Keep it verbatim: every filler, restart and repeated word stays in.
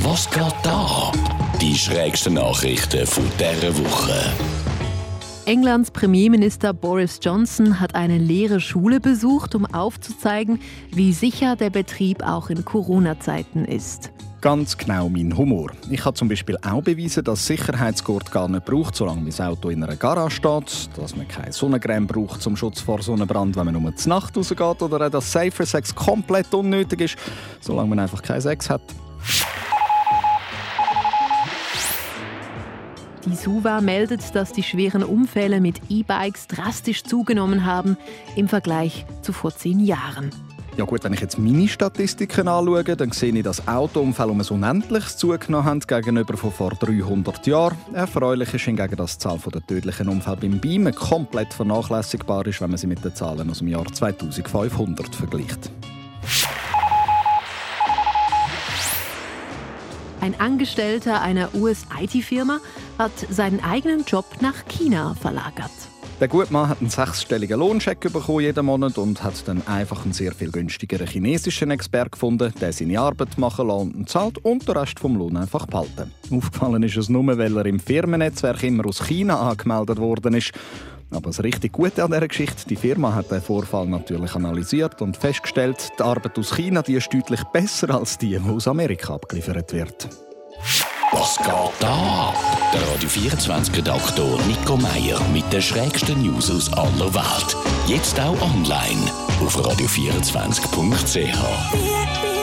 Was geht da? Die schrägsten Nachrichten von dieser Woche. Englands Premierminister Boris Johnson hat eine leere Schule besucht, um aufzuzeigen, wie sicher der Betrieb auch in Corona-Zeiten ist. Ganz genau mein Humor. Ich habe zum Beispiel auch bewiesen, dass Sicherheitsgurt gar nicht braucht, solange mein Auto in einer Garage steht, dass man keine Sonnencreme braucht zum Schutz vor Sonnenbrand, wenn man nur zur Nacht rausgeht, oder auch, dass Safer Sex komplett unnötig ist, solange man einfach keinen Sex hat. Die SUVA meldet, dass die schweren Unfälle mit E-Bikes drastisch zugenommen haben im Vergleich zu vor zehn Jahren. Ja gut, wenn ich jetzt meine Statistiken anschaue, dann sehe ich, dass Autounfälle um ein Unendliches zugenommen haben gegenüber von vor dreihundert Jahren. Erfreulich ist hingegen, dass die Zahl der tödlichen Unfälle beim Beamen komplett vernachlässigbar ist, wenn man sie mit den Zahlen aus dem Jahr zweitausendfünfhundert vergleicht. Ein Angestellter einer U S-I T-Firma hat seinen eigenen Job nach China verlagert. Der gute Mann hat einen sechsstelligen Lohncheck bekommen jeden Monat und hat dann einfach einen sehr viel günstigeren chinesischen Experten gefunden, der seine Arbeit machen lässt und zahlt und den Rest vom Lohn einfach behalten. Aufgefallen ist es nur, weil er im Firmennetzwerk immer aus China angemeldet worden ist. Aber das richtig Gute an dieser Geschichte, die Firma hat den Vorfall natürlich analysiert und festgestellt, die Arbeit aus China die ist deutlich besser als die, die aus Amerika abgeliefert wird. Was geht da? Der Radio vierundzwanzig-Redaktor Nico Meier mit den schrägsten News aus aller Welt. Jetzt auch online auf radio vierundzwanzig punkt c h.